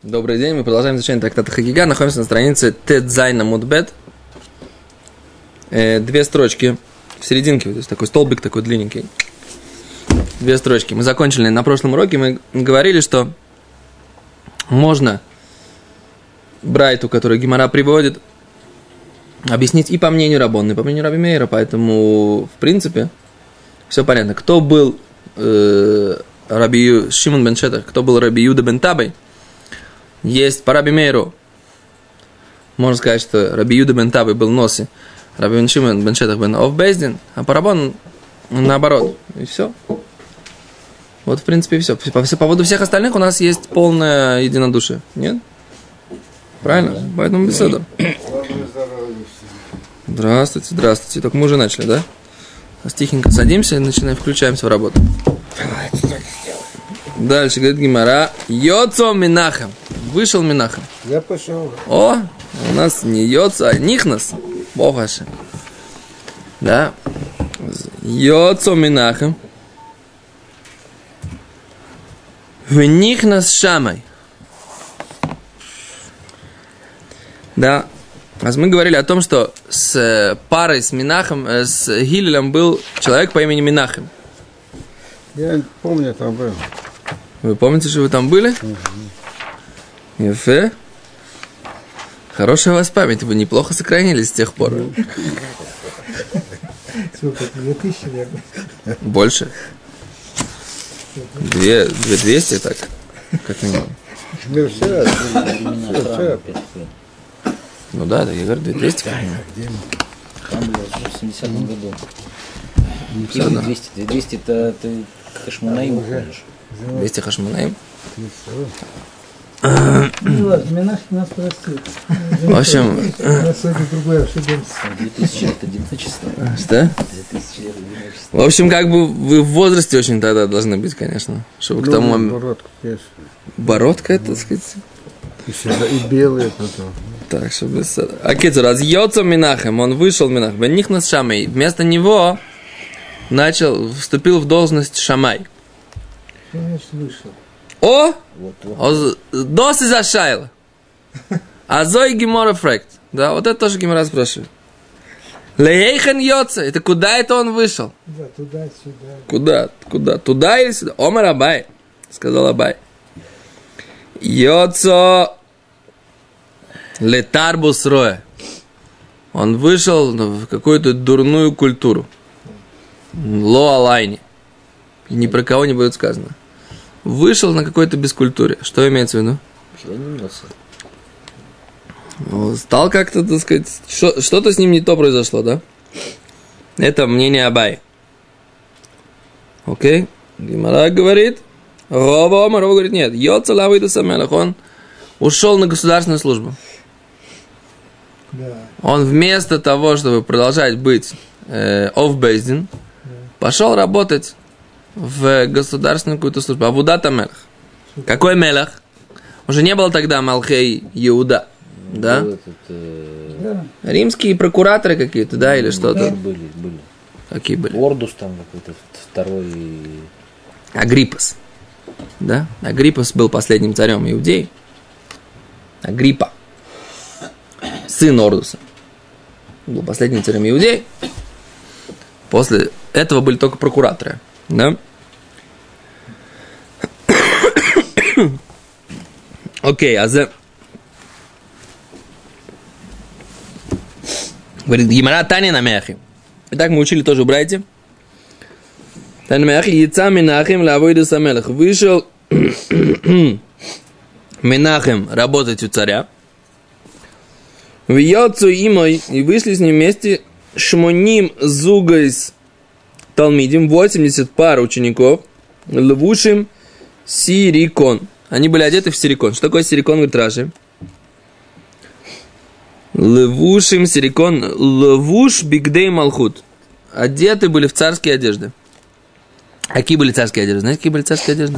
Добрый день, мы продолжаем изучение трактата Хагига. Находимся на странице Тедзайна Мудбет. Две строчки в серединке, то есть такой столбик такой длинненький. Две строчки. Мы закончили на прошлом уроке, мы говорили, что можно Брайту, который Гемара приводит, объяснить и по мнению Раббана, и по мнению Раби Мейра, поэтому, в принципе, все понятно. Кто был Шимон бен Шетах, кто был Раби Юда бен Табай? Есть по Раби Мейру, можно сказать, что Раби Юда бен Табай был Носи, Раби Шимон бен Шетах бен Овбейздин, а по Раббану наоборот. И все. Вот, в принципе, и все. По поводу всех остальных у нас есть полное единодушие. Нет? Правильно? Поэтому беседа. Здравствуйте, здравствуйте. Только мы уже начали, да? Тихенько садимся и начинаем, включаемся в работу. Дальше говорит Гемара. Йоцо Минахем. Вышел Минахем. Я пошел. О, у нас не Йоцо, а Нихнас. Богаши. Да. Йоцо Минахем. В Нихнас Шамай. Да. Мы говорили о том, что с парой с Минахем, с Гилелем был человек по имени Минахем. Я помню, я там был. Вы помните, что вы там были? Ефе. Хорошая у вас память, вы неплохо сохранились с тех пор. Сколько? 2000, наверное. Больше? 2200 так, как минимум. Мы вчера. Ну да, я говорю, 2200 как минимум. Там было в 70-м году. Какие 200? 200 это ты к Хашмонаиму ходишь. 200 Хашмонаим. Ну ладно, Минахим нас простит. В общем... Сегодня другое ошибемся. 2000 это 9 число. Что? 2000 это 9 число. В общем, как бы вы в возрасте очень тогда должны быть, конечно. Чтобы к тому моменту... Бородка, конечно. Бородка, это, так сказать... И белые потом. Так, чтобы... Акицу, раз Йоцо Минахем, он вышел Минахем, Нихнас Шамай. Вместо него вступил в должность Шамай. Что значит вышел? О! Вот. Дос из Ашайла. Азой Гемора Фрект. Да, вот это тоже Гемора спрашивает. Лейхен Йоцо. Это куда это он вышел? Да, туда-сюда. Куда? Туда или сюда? Омар Абай. Сказал Абай. Йоцо Летарбус Роя. Он вышел в какую-то дурную культуру. Ло Алайни. И ни про кого не будет сказано. Вышел на какой-то бескультуре. Что имеется в виду? Стал как-то, так сказать, что-то с ним не то произошло, да? Это мнение Абай. Окей? Гемара говорит. Рова говорит, нет. Йоца лавида самелах. Он ушел на государственную службу. Да. Он вместо того, чтобы продолжать быть Овбейздин, пошел работать в государственную какую-то службу. Авудата Мелах. Какой Мелах? Уже не было тогда Малхей Иуда. Да? Да. Римские прокураторы какие-то, да, или что-то? Были. Какие были? Ордус там какой-то второй. Агриппас. Да? Агриппас был последним царем Иудеи. Агриппа. Сын Ордуса. Был последним царем Иудеи. После этого были только прокураторы. Да? Окей, говорит, Гемара Тани на Мяхи. Итак, мы учили тоже в Брайте. Тани Мяхи, яйца Минахем лавойда самелах. Вышел Минахем работать у царя. В Йоцу имой, и вышли с ним вместе Шмоним Зугайс Талмидим, 80 пар учеников, лвушим сирикон. Они были одеты в сирикон. Что такое сирикон, говорит Раши? Лвушим сирикон, лвуш бигдей малхут. Одеты были в царские одежды. Какие были царские одежды? Знаете, какие были царские одежды?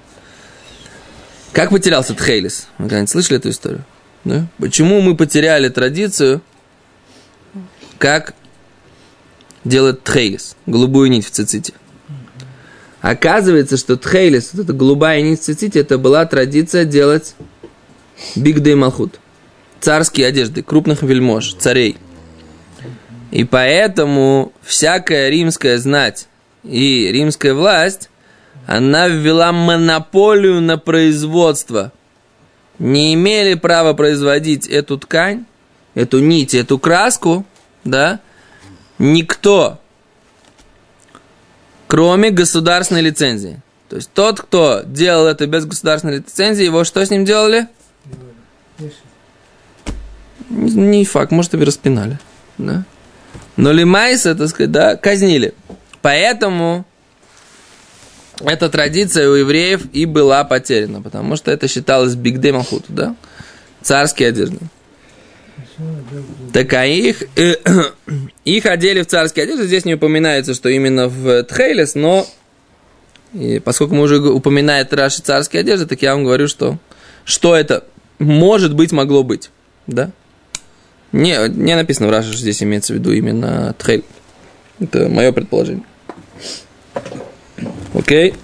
Как потерялся Тхейлис? Вы когда-нибудь слышали эту историю? Да? Почему мы потеряли традицию, как делает тхейлис, голубую нить в циците? Оказывается, что тхейлис, вот эта голубая нить в циците, это была традиция делать бигдей малхут, царские одежды, крупных вельмож, царей. И поэтому всякая римская знать и римская власть, она ввела монополию на производство. Не имели права производить эту ткань, эту нить, эту краску, да, никто, кроме государственной лицензии. То есть тот, кто делал это без государственной лицензии, его что с ним делали? Не факт, может, и распинали, да. Но лимайса, так сказать, да, казнили. Поэтому эта традиция у евреев и была потеряна, потому что это считалось бигдей малхут, да, царские одежды. Так а их одели в царские одежды. Здесь не упоминается, что именно в Тхейлес, но поскольку мы уже упоминаем Раши царские одежды, так я вам говорю, что это может быть, могло быть, да. Не написано в Раши, что здесь имеется в виду именно Тхейль. Это мое предположение. Окей.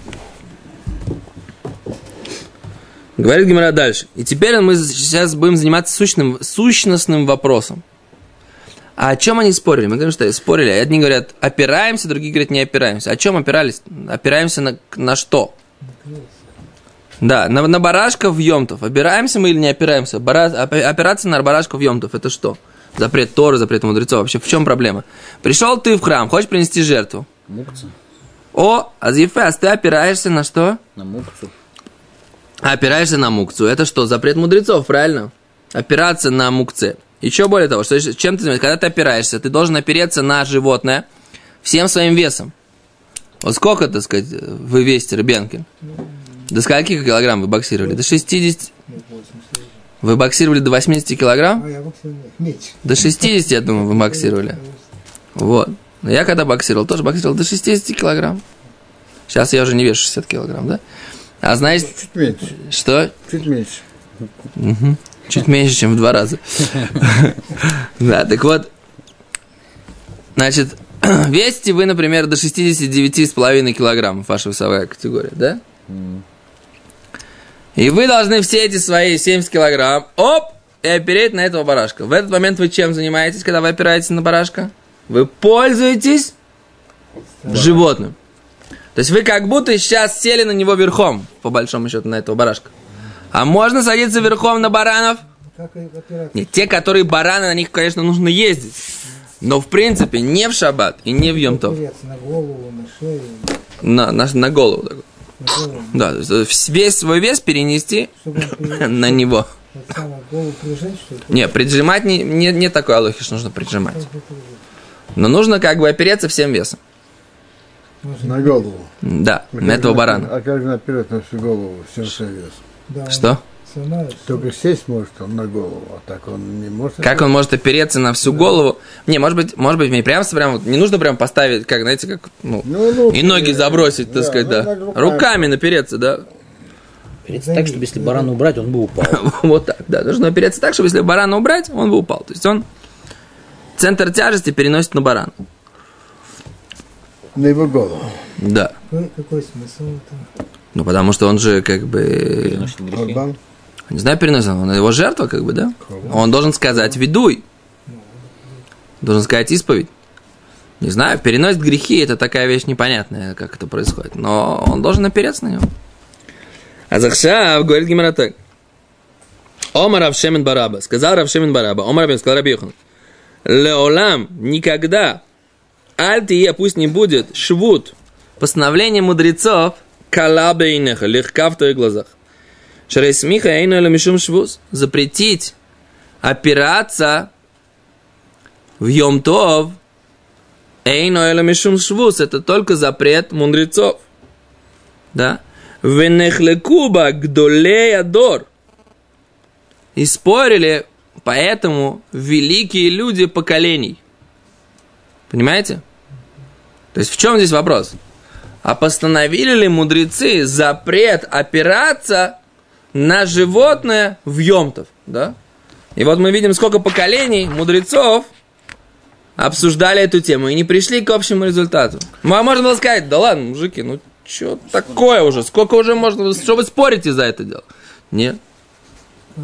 Говорит Гемара дальше. И теперь мы сейчас будем заниматься сущностным вопросом. А о чем они спорили? Мы говорим, что спорили. Одни говорят, опираемся, другие говорят, не опираемся. О чем опирались? Опираемся на что? Да, на барашков в Йом-Тов. Опираемся мы или не опираемся? Опираться на барашков в Йом-Тов, это что? Запрет Торы, запрет мудрецов. Вообще, в чем проблема? Пришел ты в храм, хочешь принести жертву? Мукцу. Азифас, ты опираешься на что? На мукцу. Опираешься на мукцу. Это что? Запрет мудрецов, правильно? Опираться на мукце. Еще более того, что чем ты занимаешься? Когда ты опираешься, ты должен опереться на животное всем своим весом. Вот сколько, так сказать, вы весите, Ребенкин? До скольких килограмм вы боксировали? До 60? Вы боксировали до 80 килограмм? До 60, я думаю, вы боксировали. Вот. Но я когда боксировал, тоже боксировал до 60 килограмм. Сейчас я уже не вешу 60 килограмм, да? А знаете... Чуть меньше. Что? Чуть меньше. Угу. Чуть меньше, чем в 2 раза. Да, так вот. Значит, весите вы, например, до 69,5 килограммов, ваша весовая категория, да? И вы должны все эти свои 70 килограмм, и опереть на этого барашка. В этот момент вы чем занимаетесь, когда вы опираетесь на барашка? Вы пользуетесь животным. То есть вы как будто сейчас сели на него верхом, по большому счету, на этого барашка. А можно садиться верхом на баранов? Нет, те, которые бараны, на них, конечно, нужно ездить. Но, в принципе, не в шаббат и не в Йом-Тов. На голову, на шею. На голову. Так. Да, то есть весь свой вес перенести на него. Голову прижать, что ли? Не, прижимать не такой алохи, что нужно прижимать. Но нужно как бы опереться всем весом. На голову. Да, на этого барана. А как же наперед на всю голову, всем свой вес? Да, Что? Только сесть может он на голову, а так он не может. Как он может опереться на всю голову? Не, может быть, мне прям не нужно прям поставить, как, знаете, как, и ноги забросить, так сказать, да. Руками напереться, да. Опереться так, чтобы если барана убрать, он бы упал. Вот так, да. Нужно опереться так, чтобы если барана убрать, он бы упал. То есть он центр тяжести переносит на барана. На его голову. Да. Какой смысл это? Ну, потому что он же как бы... Переносит грехи. Корбан. Не знаю, переносит, он его жертва, как бы, да? Он должен сказать «ведуй». Должен сказать исповедь. Не знаю, переносит грехи, это такая вещь непонятная, как это происходит. Но он должен опереться на него. А Захшав говорит Гемара так. Омар Рав Шемен Бараба. Сказал Рав Шемен Бараба. Омар Рабин сказал Раби Йохан. Леолам никогда. Альтия пусть не будет. Швуд. Постановление мудрецов. Калабе и неха. Легка в твоих глазах. Шарейсмиха эйну эле мишум швуз. Запретить опираться в Йом-Тов. Эйну эле мишум швуз. Это только запрет мудрецов. Да? Венехлекуба гдолея дор. И спорили поэтому великие люди поколений. Понимаете? То есть в чем здесь вопрос? А постановили ли мудрецы запрет опираться на животное в Йом-Тов? Да? И вот мы видим, сколько поколений мудрецов обсуждали эту тему и не пришли к общему результату. Можно было сказать, да ладно, мужики, ну что такое уже? Сколько уже можно? Что вы спорите за это дело? Нет.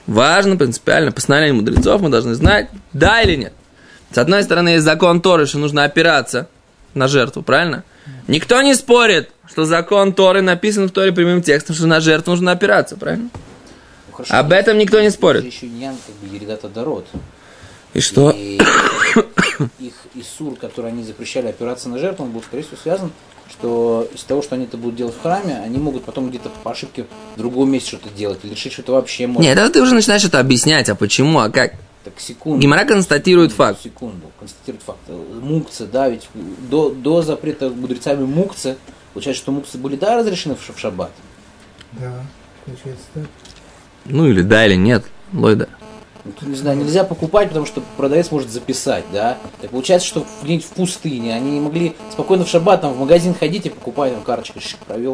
Важно, принципиально, постановление мудрецов мы должны знать, да или нет. С одной стороны, есть закон Торы, что нужно опираться на жертву, правильно? Никто не спорит, что закон Торы написан в Торе прямым текстом, что на жертву нужно опираться, правильно? Ну, хорошо, об этом никто не спорит. Еще Ньян, как бы, Еридат Адарот. И что? И их Исур, который они запрещали опираться на жертву, он был, скорее всего, связан, что из-за того, что они это будут делать в храме, они могут потом где-то по ошибке в другом месте что-то делать, или решить, что это вообще можно. Нет, это ты уже начинаешь это объяснять, а почему, а как? Так, секунду. Гемара констатирует факт. Секунду, констатирует факт. Мукцы, да, ведь до запрета мудрецами мукцы, получается, что мукцы были, да, разрешены в шаббат? Да, получается так. Ну или да, или нет, Лойда. Ну, тут, не знаю, нельзя покупать, потому что продавец может записать, да. Так получается, что где-нибудь в пустыне они могли спокойно в шаббат там в магазин ходить и покупать, там карточкой провел.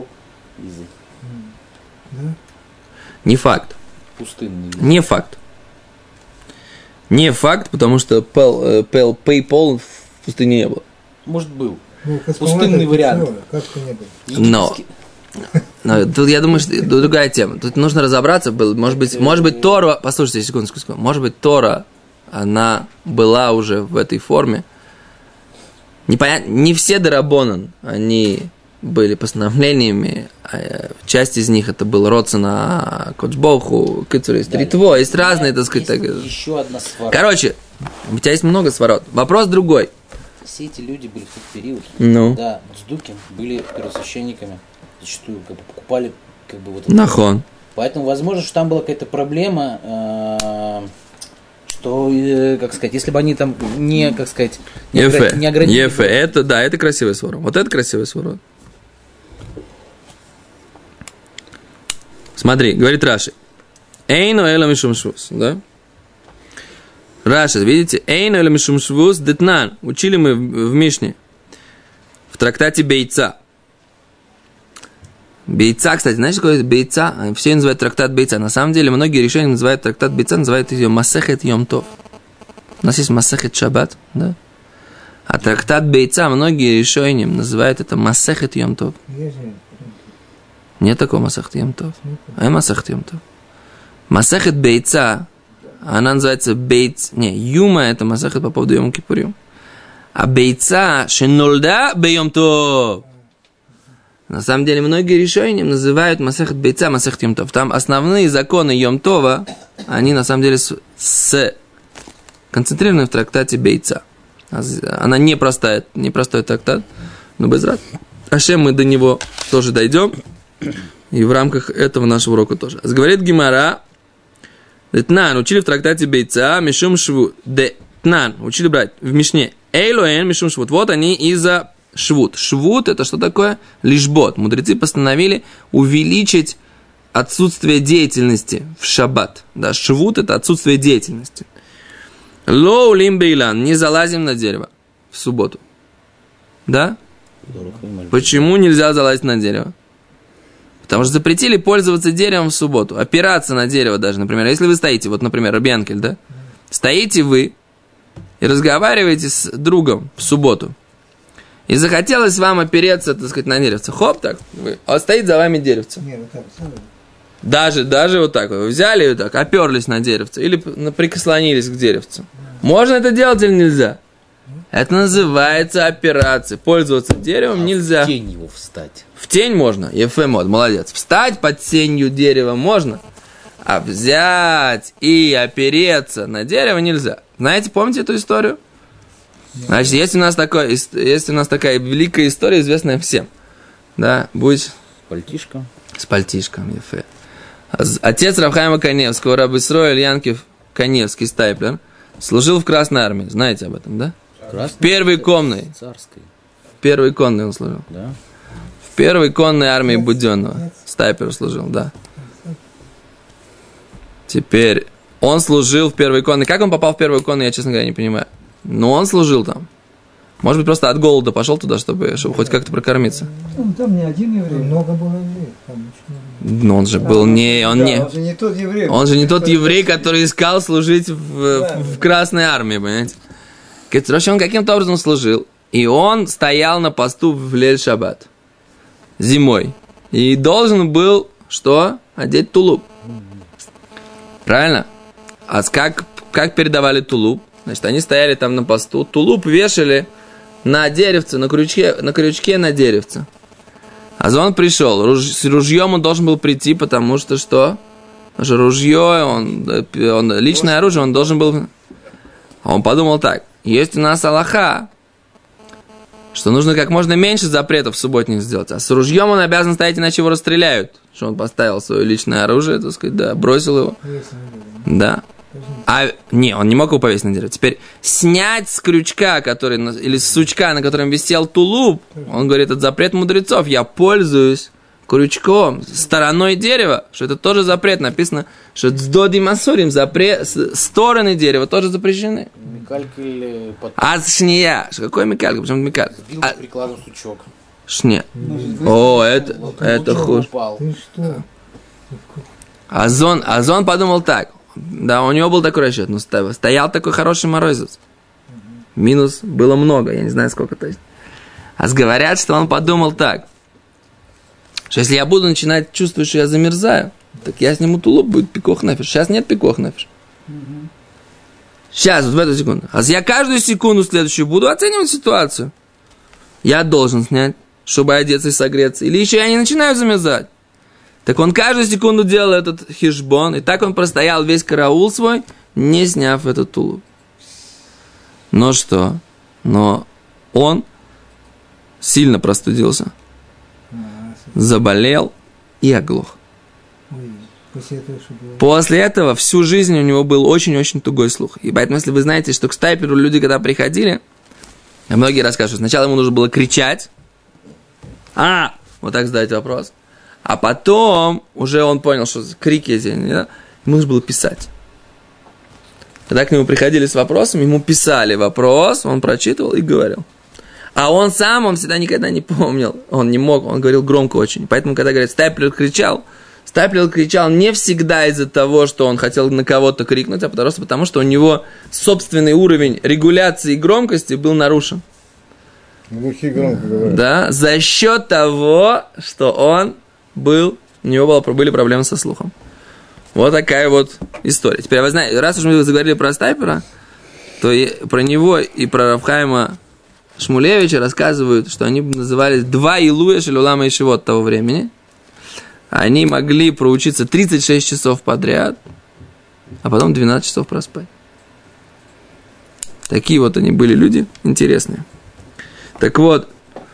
Да? Не факт. Пустынный. Не факт. Не факт, потому что PayPal в пустыне не было. Может, был. Ну, Пустынный вариант. Как-то не было. Но тут, я думаю, что другая тема. Тут нужно разобраться. Может быть, Тора... Послушайте, секундочку. Может быть, Тора, она была уже в этой форме. Не все Дарабонан, они были постановлениями. Часть из них это был Роцена, Коцбоху, Кицур, есть Ритво. Есть разные, так сказать. Еще одна свара. Короче, у тебя есть много сворот. Вопрос другой. Все эти люди были в тот период, Ну. когда цдуки были первосвященниками. Зачастую как бы покупали как бы вот это. Нахон. Поэтому возможно, что там была какая-то проблема, что, как сказать, если бы они там не, как сказать, не ограничили. Ефе, это, да, это красивый сворот. Вот это красивый сворот. Смотри, говорит Раши. Эйну эла мишум швус, да? Раши, видите? Эйну эла мишум швус детнан. Учили мы в Мишне. В трактате Бейца. Бейца, кстати, знаешь, какое это Бейца? Все называют трактат Бейца. На самом деле, многие решения называют трактат Бейца, называют ее Масехет Йом Тов. У нас есть Масехет Шаббат, да? А трактат Бейца многие решения называют это Масехет Йом Тов. Нет такого Масехет Йом Тов. А Масехет Йом Тов. Масехет Бейца, она называется Бейц... Не, Юма это Масехет по поводу Йом Кипурим. А Бейца Шенольда Бейом Тов. На самом деле, многие решения называют Масехет Бейца, Масехет Йом Тов. Там основные законы Йом Това, они на самом деле концентрированы в трактате Бейца. Она непростой трактат, но без рад. Ашем мы до него тоже дойдем. И в рамках этого нашего урока тоже. Говорит Гемара, Детнан, учили в трактате Бейца, Мишум Шву, Детнан, учили брать в Мишне, Эйлоэн, Мишум Швут. Вот они из-за Швут. Швут это что такое? Лишбот. Мудрецы постановили увеличить отсутствие деятельности в шаббат. Да, швут это отсутствие деятельности. Лоу лимбейлан, не залазим на дерево в субботу. Да? Почему нельзя залазить на дерево? Потому что запретили пользоваться деревом в субботу, опираться на дерево даже, например. Если вы стоите, вот, например, Раби Янкель, да? Стоите вы и разговариваете с другом в субботу. И захотелось вам опереться, так сказать, на деревце. Хоп, так, а стоит за вами деревце. Не, вот так, Даже вот так. Вы взяли и вот так, оперлись на деревце. Или прикослонились к деревцу. Можно это делать или нельзя? Это называется операция. Пользоваться деревом нельзя. В тень его встать. В тень можно. Ефемот, молодец. Встать под тенью дерева можно. А взять и опереться на дерево нельзя. Знаете, помните эту историю? Значит, есть у нас такая великая история, известная всем. Да, будь... Пальтишко. С пальтишком, Ефе. Отец Равхаима Каневского, Раб Исроэль Янкив Каневский, Стайплер, служил в Красной армии. Знаете об этом, да? В первой конной. Царской. В первой конной он служил. Да. В первой конной армии Буденного. Стайпер служил, да. Теперь он служил в первой конной. Как он попал в первую конную, я, честно говоря, не понимаю. Но он служил там. Может быть, просто от голода пошел туда, чтобы хоть как-то прокормиться. Ну, там не один еврей. Много было евреев. Но он же был не... Он же не тот еврей. Он же не тот еврей, который искал служить в Красной армии, понимаете? Короче, он каким-то образом служил. И он стоял на посту в Лель-Шаббат. Зимой. И должен был, что? Одеть тулуп. Правильно? А как передавали тулуп? Значит, они стояли там на посту, тулуп вешали на деревце, на крючке на деревце. А он пришел, с ружьем он должен был прийти, потому что что? Потому что ружье, он личное оружие, он должен был... А он подумал так, есть у нас алаха, что нужно как можно меньше запретов субботних сделать. А с ружьем он обязан стоять, иначе его расстреляют. Что он поставил свое личное оружие, так сказать, да, бросил его. Да. Он не мог его повесить на дерево. Теперь снять с крючка, или с сучка, на котором висел тулуп, он говорит, это запрет мудрецов. Я пользуюсь крючком, стороной дерева, что это тоже запрет. Написано, что цдоди масурим, стороны дерева тоже запрещены. Микалька или потом? Шния. Какой микалька? Почему микалька? Сбил прикладом сучок. Шния. О, это хуже. Ты что? Азон подумал так. Да, у него был такой расчет. Ну, стоял такой хороший морозец. Минус было много, я не знаю, сколько точно. Говорят, что он подумал так. Что если я буду начинать чувствовать, что я замерзаю, так я сниму тулуп, будет пикох нафиш. Сейчас нет пикох нафиш. Сейчас, вот в эту секунду. Я каждую секунду следующую буду оценивать ситуацию. Я должен снять, чтобы одеться и согреться. Или еще я не начинаю замерзать. Так он каждую секунду делал этот хишбон, и так он простоял весь караул свой, не сняв этот тулуп. Но что? Но он сильно простудился, заболел и оглох. После этого всю жизнь у него был очень-очень тугой слух. И поэтому, если вы знаете, что к стайперу люди, когда приходили, многие расскажут, что сначала ему нужно было кричать, вот так задать вопрос. А потом уже он понял, что крики эти, ему нужно было писать. Когда к нему приходили с вопросом, ему писали вопрос, он прочитывал и говорил. А он всегда никогда не помнил, он не мог, он говорил громко очень. Поэтому, когда говорят, Стайплер кричал не всегда из-за того, что он хотел на кого-то крикнуть, а просто потому, что у него собственный уровень регуляции громкости был нарушен. Глухие громко говорят. Да, за счет того, что у него были проблемы со слухом. Вот такая вот история. Теперь вы знаете, раз уж мы заговорили про Стайпера, то про него и про Рав Хаима Шмулевича рассказывают, что они назывались два Илуя Шелулама и Шивот того времени. Они могли проучиться 36 часов подряд, а потом 12 часов проспать. Такие вот они были люди интересные. Так вот,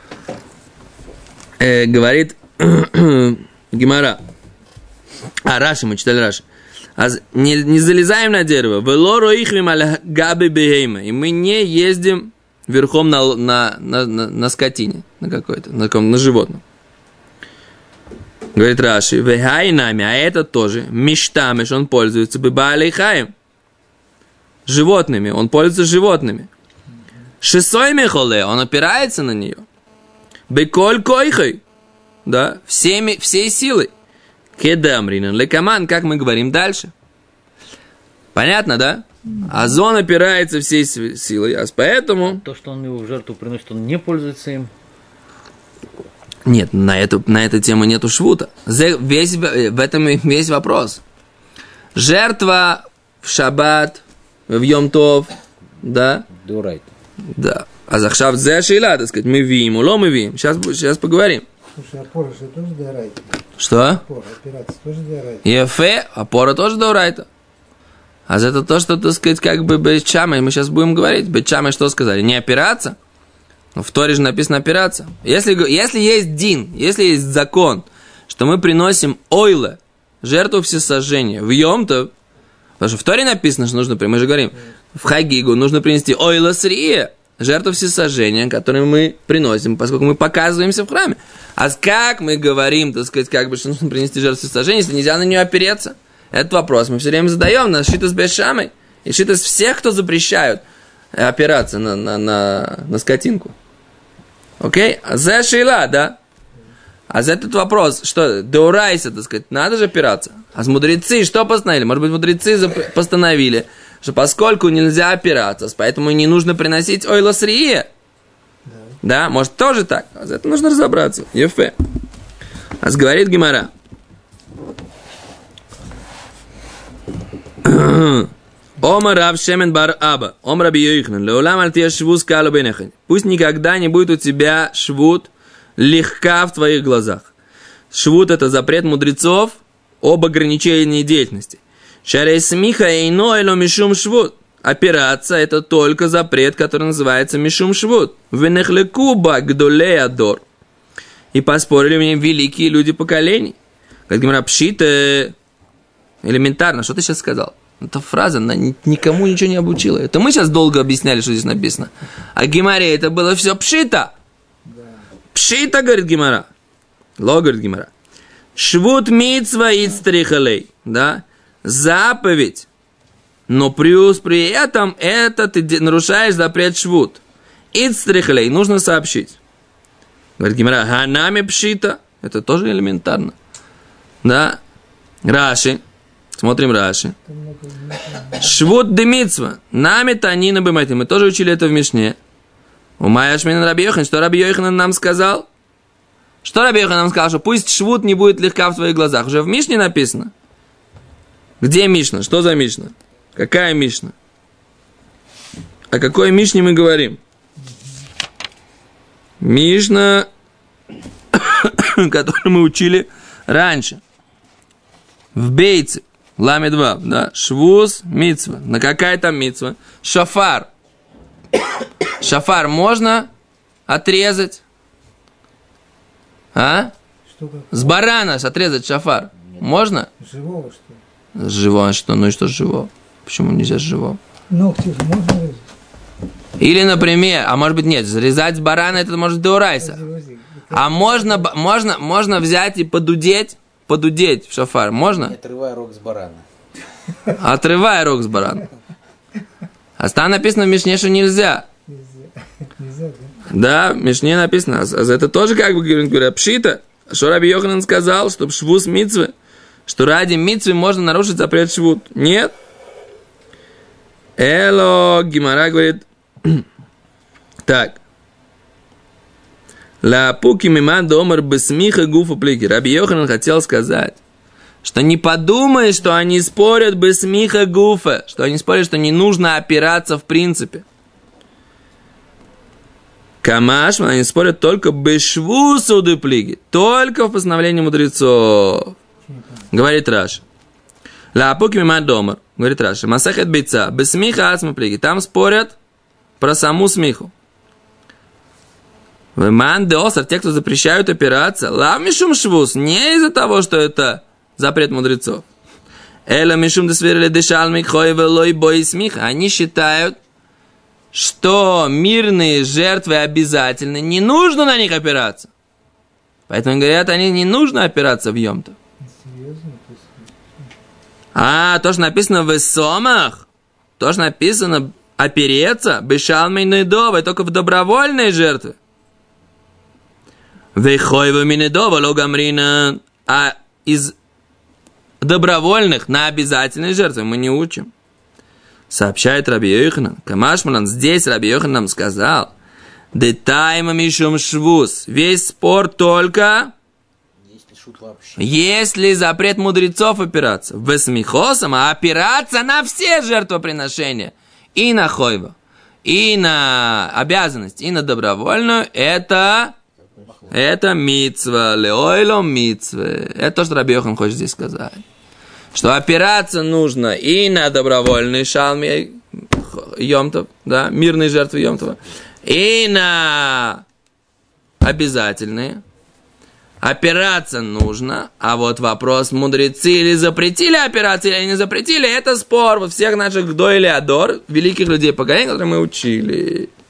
говорит Гемара. Раши, мы читали Раши. Не залезаем на дерево. И мы не ездим верхом на скотине, на какой-то, на животном. Говорит Раши, вехайнами, а это тоже миштамеш, он пользуется бибалей хаим. Животными, он пользуется животными. Шесой мехоле, он опирается на нее. Беколь койхой, да, всей силой. Кедамринан лекаман, как мы говорим дальше. Понятно, да? Азон опирается всей силой, а поэтому... То, что он его в жертву приносит, он не пользуется им. Нет, на эту тему нету швута. В этом весь вопрос. Жертва в шаббат, в Йом-Тов, да? Дурайт. Да. А захшав зе шейла, так сказать, мы видим, уло мы видим. Сейчас поговорим. Слушай, опора же тоже дорайта. Что? Опора, опираться тоже дорайта. Ефе, опора тоже дорайта. А за это то, что, так сказать, как бы без чамы, мы сейчас будем говорить. Без чамы что сказали? Не опираться? Но в Торе же написано опираться. Если есть дин, если есть закон, что мы приносим ойле, жертву всесожжения, в Йом-Тов, потому что в Торе написано, что нужно, мы же говорим, в Хагигу нужно принести ойле срие, жертву всесожжения, которую мы приносим, поскольку мы показываемся в храме. А как мы говорим, так сказать, как бы, что нужно принести жертву всесожжения, если нельзя на нее опереться? Этот вопрос мы все время задаем на шитас бешамой и шитас всех, кто запрещают опираться на скотинку. Окей? А за шейла, да? А за этот вопрос, что, деурайса, так сказать, надо же опираться. А с мудрецы что постановили? Может быть, мудрецы постановили, что поскольку нельзя опираться, поэтому не нужно приносить ойлосрие. Да, может, тоже так. А за это нужно разобраться. Ефе. А говорит Гемара. Ома Рав Шемен бар Аба, Ом Раби Йоханан, леулам аль тия швуз калу бейнехан. Пусть никогда не будет у тебя швуд легка в твоих глазах. Швуд – это запрет мудрецов об ограничении деятельности. Шарей смиха эйно эло мишум швуд. Опираться – это только запрет, который называется мишум швуд. Венехлеку ба гдолей адор. И поспорили мне великие люди поколений. Как говорят, пшита элементарно. Что ты сейчас сказал? Эта фраза, она никому ничего не обучила. Это мы сейчас долго объясняли, что здесь написано. А Гемаре это было все пшита. Пшита, говорит Гемара. Ло, говорит Гемара. Швуд митцва ицтрихалей. Да? Заповедь. Но при этом это ты нарушаешь запрет швуд. Ицтрихалей. Нужно сообщить. Говорит Гемара. Ханами пшита. Это тоже элементарно. Да? Раши. Смотрим Раши. Швуд демитсва. Нами танина бемайти. Мы тоже учили это в Мишне. Умаяшмин Раби Йохан. Что Раби Йохан нам сказал? Что Раби Йохан нам сказал? Что пусть швуд не будет легка в твоих глазах. Уже в Мишне написано. Где Мишна? Что за Мишна? Какая Мишна? О какой Мишне мы говорим? Мишна, которую мы учили раньше. В Бейце. Ламед Вав, да, швуз, мицва. На какая там мицва? Шафар. Шафар можно отрезать? А? Что как? С барана отрезать шафар. Можно? Живого, что ли? С живого, что? Ну и что с живого? Почему нельзя с живого? Ногти же можно резать? Или, например, а может быть нет, зарезать с барана это может деорайса. А можно взять и подудеть в шафар, можно? Не отрывая рог с барана. Отрывая рог с барана. А там написано в Мишне, что нельзя. Нельзя, да? Да, в Мишне написано. Это тоже как бы говорят, пшита. Что Раби Йоханан сказал, что швуз мицвы, что ради мицвы можно нарушить запрет швуд. Нет. Эло, Гемара говорит, так. Ла пуки миман домар бесмиха гуфа плики. Раби Йоханан хотел сказать, что не подумай, что они спорят бесмиха гуфа, что они спорят, что не нужно опираться в принципе. Камаш, они спорят только бешву суды плиги, только в постановлении мудрецов. Говорит Раши. Ла пуки миман домар, говорит Раши, масахет бейца, бесмиха ацма плиги. Там спорят про саму смиху. Веман деосар, те, кто запрещают опираться, лав мишум швуз, не из-за того, что это запрет мудрецов. Эла мишум десверили дешал микхой велой бой смеха. Они считают, что мирные жертвы обязательны, не нужно на них опираться. Поэтому говорят, они не нужно опираться в Йом-Тов. А, то, что написано в Эсомах, то, что написано опереться, бешал мейнедовой, только в добровольные жертвы. Вейхойва минедова логамрина. А из добровольных на обязательные жертвы мы не учим. Сообщает Раби Йоханан. Камашмалан, здесь Раби Йоханан нам сказал. Детайма мишум швуз. Весь спор только если запрет мудрецов опираться. Весмихосом, а опираться на все жертвоприношения. И на хойва, и на обязанность, и на добровольную. Это мицва, леойлом мицва. Это то, что Раби Йохан хочет здесь сказать. Что опираться нужно и на добровольные шалми Йом-Тов, да, мирные жертвы Йом-Това, и на обязательные. Опираться нужно, а вот вопрос, мудрецы или запретили опираться, или не запретили, это спор во всех наших гдой или адор, великих людей поколения, которые мы учили.